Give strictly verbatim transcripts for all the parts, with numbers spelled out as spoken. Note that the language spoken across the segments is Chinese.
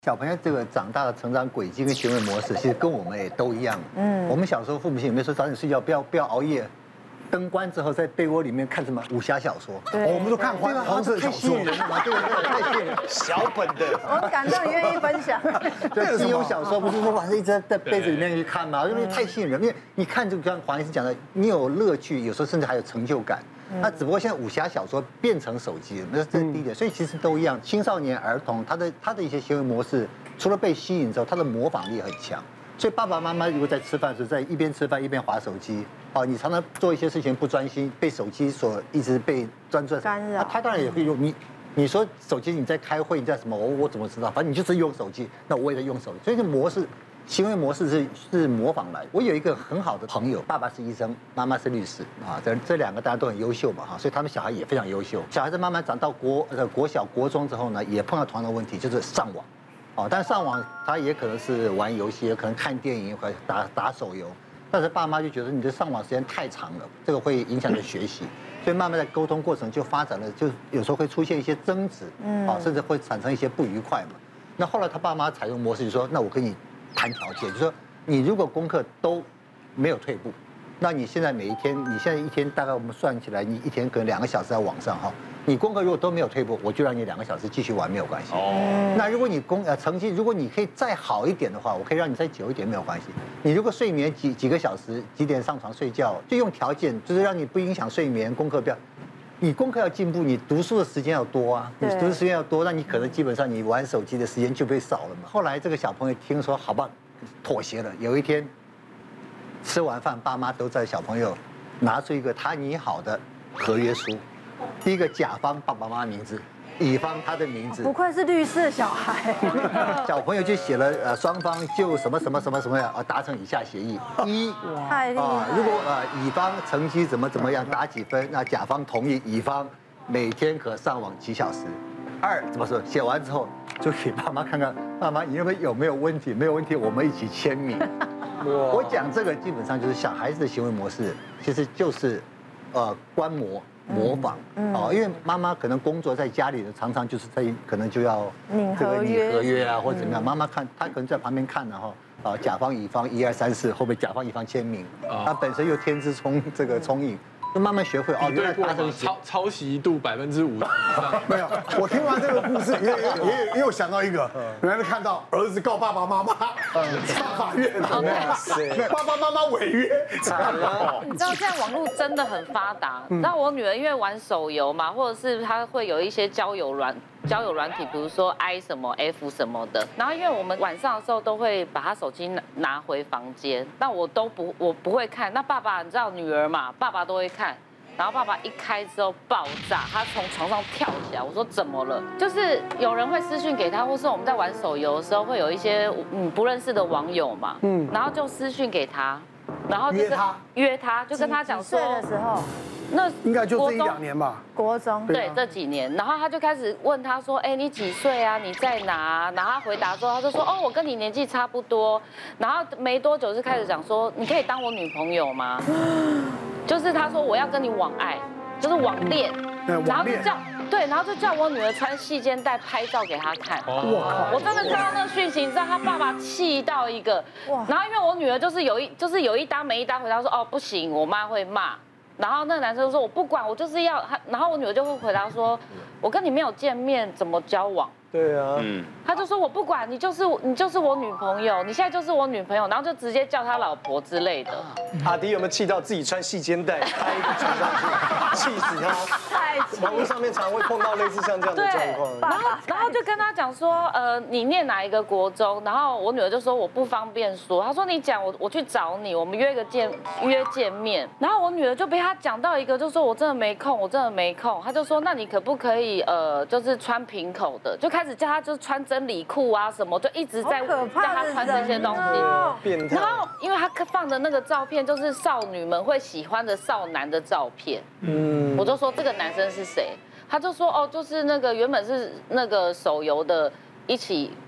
小朋友这个长大的成长轨迹跟行为模式，其实跟我们也都一样。嗯，我们小时候父母亲有没有说早点睡觉，不要不要熬夜？灯关之后，在被窝里面看什么武侠小说？ 对，我们都看黄黄色小说， 人嘛，对对，太吸引人。 小本的， 我感动，你愿意分享。 对，金庸小说不是说晚上一直在被子里面去看吗？因为太吸引人，因为你看就像黄医师讲的，你有乐趣，有时候甚至还有成就感。那只不过现在武侠小说变成手机了，那是这是第一点。所以其实都一样，青少年儿童他的他的一些行为模式，除了被吸引之后，他的模仿力很强。所以爸爸妈妈如果在吃饭时，在一边吃饭一边滑手机，哦，你常常做一些事情不专心，被手机所一直被专注干扰， 他当然也会用你。你说手机你在开会，你在什么？我我怎么知道？反正你就是用手机，那我也在用手机。所以这模式，行为模式是是模仿来。我有一个很好的朋友，爸爸是医生，妈妈是律师啊，这这两个大家都很优秀嘛哈，所以他们小孩也非常优秀。小孩子慢慢长到国呃国小、国中之后呢，也碰到同样的问题，就是上网。哦，但上网他也可能是玩游戏，也可能看电影，或者打打手游。但是爸妈就觉得你这上网时间太长了，这个会影响你学习，所以慢慢在沟通过程就发展了，就有时候会出现一些争执，嗯，啊，甚至会产生一些不愉快嘛。那后来他爸妈采用模式，就说那我跟你谈条件，就说你如果功课都没有退步，那你现在每一天，你现在一天大概我们算起来，你一天可能两个小时在网上哈。你功课如果都没有退步，我就让你两个小时继续玩没有关系。哦。那如果你功呃成绩，如果你可以再好一点的话，我可以让你再久一点没有关系。你如果睡眠几几个小时，几点上床睡觉，就用条件，就是让你不影响睡眠，功课不要。你功课要进步，你读书的时间要多啊。你读书时间要多，那你可能基本上你玩手机的时间就被少了嘛。后来这个小朋友听说，好吧，妥协了。有一天吃完饭，爸妈都在，小朋友拿出一个他拟好的合约书。第一个甲方爸爸妈妈名字，乙方他的名字。 不愧是律师的小孩。 小朋友就写了呃双方就什么什么什么什么呀啊达成以下协议。一太厉害啊，如果呃乙方成绩怎么怎么样打几分，那甲方同意乙方每天可上网几小时。二怎么说？写完之后就给爸妈看看，爸妈你认为有没有问题？没有问题，我们一起签名。我讲这个基本上就是小孩子的行为模式，其实就是呃观摩。模仿哦，因为妈妈可能工作在家里的，常常就是在可能就要这个拟合约啊，或者怎么样。妈妈看，她可能在旁边看然后啊，甲方乙方一二三四，后面甲方乙方签名，她本身又天资聪这个聪颖。就慢慢学会哦，原来达成抄抄袭度百分之五。 没有，我听完这个故事，也也也也有想到一个，原来看到儿子告爸爸妈妈上法院，爸爸妈妈违约。 你知道现在网络真的很发达，你知道我女儿因为玩手游嘛，或者是她会有一些交友软交友软体，比如说 I 什么 F 什么的，然后因为我们晚上的时候都会把她手机拿拿回房间，那我都不我不会看，那爸爸你知道女儿嘛，爸爸都会看。然后爸爸一开之后爆炸，他从床上跳起来。我说怎么了？就是有人会私讯给他，或是我们在玩手游的时候，会有一些嗯不认识的网友嘛，嗯，然后就私讯给他，然后就约他约他，就跟他讲说， 几岁的时候， 那应该就这一两年吧， 国中对这几年，然后他就开始问他说，哎，你几岁啊？你在哪？然后他回答之后，他就说，哦，我跟你年纪差不多。然后没多久就开始讲说，你可以当我女朋友吗？就是他说我要跟你网爱，就是网恋，然后就叫对，然后就叫我女儿穿细肩带拍照给他看。我我真的看到那个讯息，你知道他爸爸气到一个，然后因为我女儿就是有一就是有一搭没一搭回答说哦不行，我妈会骂。然后那个男生就说我不管，我就是要他，然后我女儿就会回答说，我跟你没有见面，怎么交往？ 对啊，嗯， 他就说我不管你，就是你就是我女朋友，你现在就是我女朋友，然后就直接叫他老婆之类的。 阿迪有没有气到自己穿细肩带拍一个床上去，气死他？网络上面常常会碰到类似像这样的状况。 然后然后就跟他讲说，呃，你念哪一个国中？然后我女儿就说我不方便说，她说你讲我我去找你，我们约个见约见面。然后我女儿就被他讲到一个，就说我真的没空，我真的没空。他就说那你可不可以呃，就是穿平口的，就开始叫他就是穿真理裤啊什么，就一直在叫他穿这些东西。然后因为他放的那个照片就是少女们会喜欢的少男的照片，嗯，我就说这个男生是谁？他就说哦，就是那个原本是那个手游的一起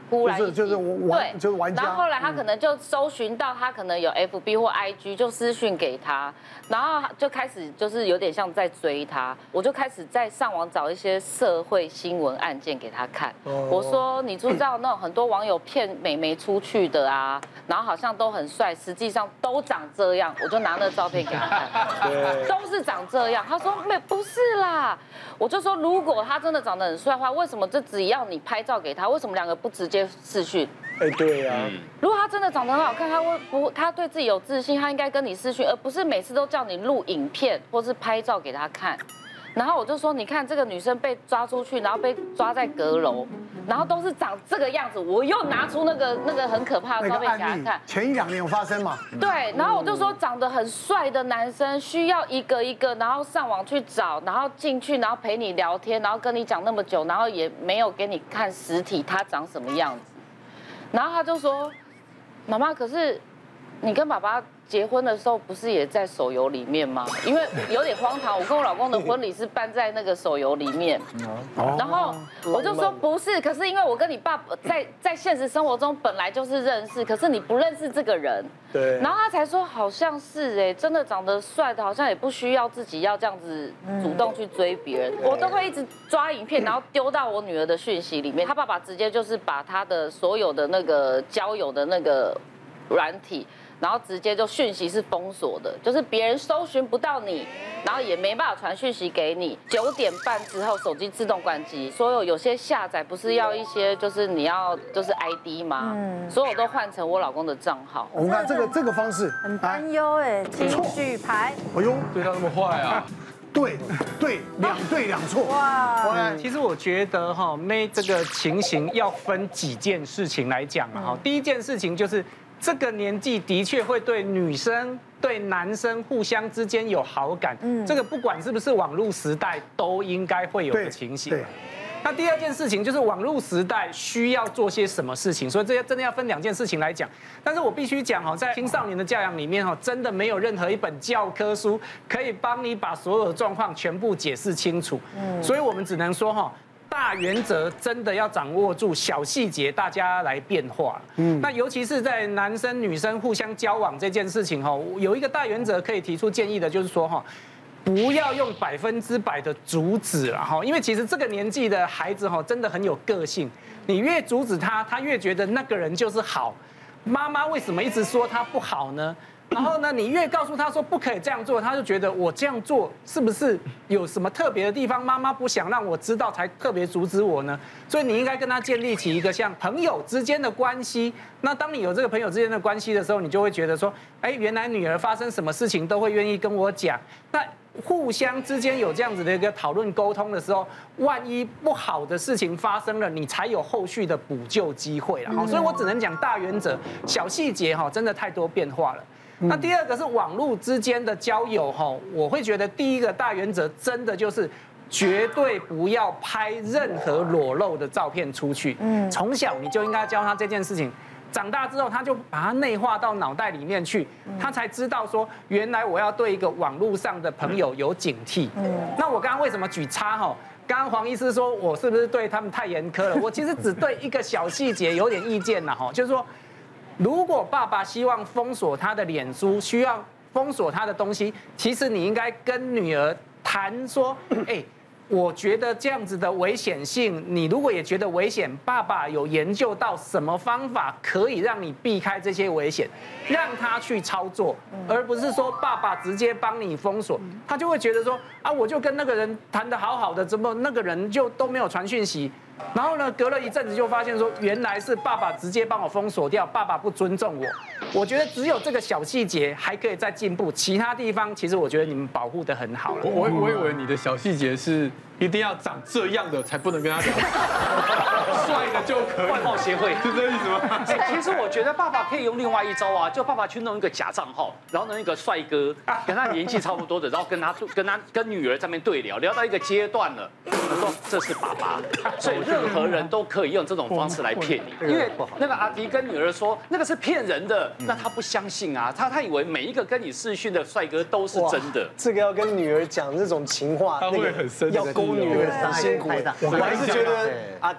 忽然就是玩，就是玩家。 然后后来他可能就搜寻到他可能有 F B 或 I G， 就私讯给他，然后就开始就是有点像在追他。我就开始在上网找一些社会新闻案件给他看。我说你知不知道那种很多网友骗美眉出去的啊，然后好像都很帅，实际上都长这样。我就拿那照片给他看，都是长这样。他说没不是啦，我就说如果他真的长得很帅的话，为什么这只要你拍照给他，为什么两个不直接视讯？ 哎，对呀。 如果他真的长得很好看，他会不他对自己有自信，他应该跟你视讯，而不是每次都叫你录影片或是拍照给他看。然后我就说，你看这个女生被抓出去，然后被抓在阁楼，然后都是长这个样子。我又拿出那个那个很可怕的照片给他看。 前一两年有发生嘛？ 对，然后我就说，长得很帅的男生需要一个一个，然后上网去找，然后进去，然后陪你聊天，然后跟你讲那么久，然后也没有给你看实体他长什么样子。然后他就说，妈妈，可是你跟爸爸结婚的时候不是也在手游里面吗？因为有点荒唐，我跟我老公的婚礼是办在那个手游里面。然后我就说不是，可是因为我跟你爸爸在在现实生活中本来就是认识，可是你不认识这个人。 对。 然后他才说好像是哎，真的长得帅的，好像也不需要自己要这样子主动去追别人。我都会一直抓影片，然后丢到我女儿的讯息里面。他爸爸直接就是把他的所有的那个交友的那个软体。然后直接就讯息是封锁的，就是别人搜寻不到你，然后也没办法传讯息给你。九点半之后手机自动关机，所有有些下载不是要一些就是你要就是 I D 吗？嗯，所有都换成我老公的账号。 我们看这个这个方式很担忧哎，情绪牌。 哎呦， 对他那么坏啊？ 对对，两对两错。哇， 其实我觉得哈，妹这个情形要分几件事情来讲了哈。第一件事情就是。这个年纪的确会对女生、对男生互相之间有好感，嗯，这个不管是不是网络时代，都应该会有的情形。对。那第二件事情就是网络时代需要做些什么事情，所以这些真的要分两件事情来讲。但是我必须讲哈，在青少年的教养里面哈，真的没有任何一本教科书可以帮你把所有的状况全部解释清楚。嗯。所以我们只能说哈。大原则真的要掌握住，小细节大家来变化。嗯，那尤其是在男生女生互相交往这件事情哈，有一个大原则可以提出建议的，就是说哈，不要用百分之百的阻止了哈，因为其实这个年纪的孩子哈，真的很有个性。你越阻止他，他越觉得那个人就是好。妈妈为什么一直说他不好呢？然后呢，你越告诉他说不可以这样做，他就觉得我这样做是不是有什么特别的地方？妈妈不想让我知道，才特别阻止我呢？所以你应该跟他建立起一个像朋友之间的关系。那当你有这个朋友之间的关系的时候，你就会觉得说，哎，原来女儿发生什么事情都会愿意跟我讲。那互相之间有这样子的一个讨论沟通的时候，万一不好的事情发生了，你才有后续的补救机会了。所以我只能讲大原则，小细节哈，真的太多变化了。那第二个是网络之间的交友哈，我会觉得第一个大原则真的就是绝对不要拍任何裸露的照片出去。嗯，从小你就应该教他这件事情，长大之后他就把它内化到脑袋里面去，他才知道说原来我要对一个网络上的朋友有警惕。嗯，那我刚刚为什么举叉哈？刚刚黄医师说我是不是对他们太严苛了？我其实只对一个小细节有点意见了哈，就是说。如果爸爸希望封锁他的脸书，需要封锁他的东西，其实你应该跟女儿谈说，哎，我觉得这样子的危险性，你如果也觉得危险，爸爸有研究到什么方法可以让你避开这些危险，让他去操作，而不是说爸爸直接帮你封锁，他就会觉得说啊，我就跟那个人谈得好好的，怎么那个人就都没有传讯息？然后呢，隔了一阵子就发现说，原来是爸爸直接帮我封锁掉，爸爸不尊重我。我觉得只有这个小细节还可以再进步，其他地方其实我觉得你们保护得很好了。 我我以为你的小细节是一定要长这样的才不能跟他聊，帅的就可以。 外貌协会是这意思吗？ 哎，其实我觉得爸爸可以用另外一招啊，就爸爸去弄一个假账号，然后弄一个帅哥，跟他年纪差不多的，然后跟他跟他跟女儿在那边对聊，聊到一个阶段了，他说这是爸爸，所以任何人都可以用这种方式来骗你，因为那个阿迪跟女儿说那个是骗人的，那他不相信啊，他他以为每一个跟你视讯的帅哥都是真的。 这个要跟女儿讲这种情话， 他会很生气， 要勾女儿很辛苦。我还是觉得阿迪穿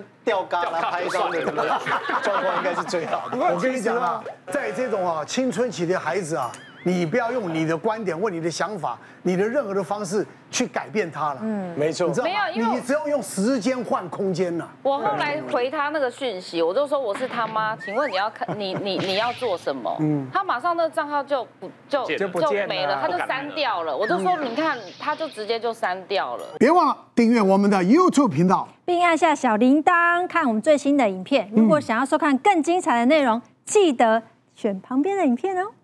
吊嘎来拍照的状况应该是最好的。 我跟你讲啊，在这种啊青春期的孩子啊，你不要用你的观点或你的想法、你的任何的方式去改变他了。嗯， 没错， 你知道吗？ 没有因为你只有用时间换空间呐。 我后来回他那个讯息，我就说我是他妈，请问你要看你你你要做什么？嗯，他马上那个账号就不就就不见了没了，他就删掉了。我就说你看，他就直接就删掉了。 别忘了订阅我们的 YouTube 频道， 并按下小铃铛看我们最新的影片。如果想要收看更精彩的内容，记得选旁边的影片哦。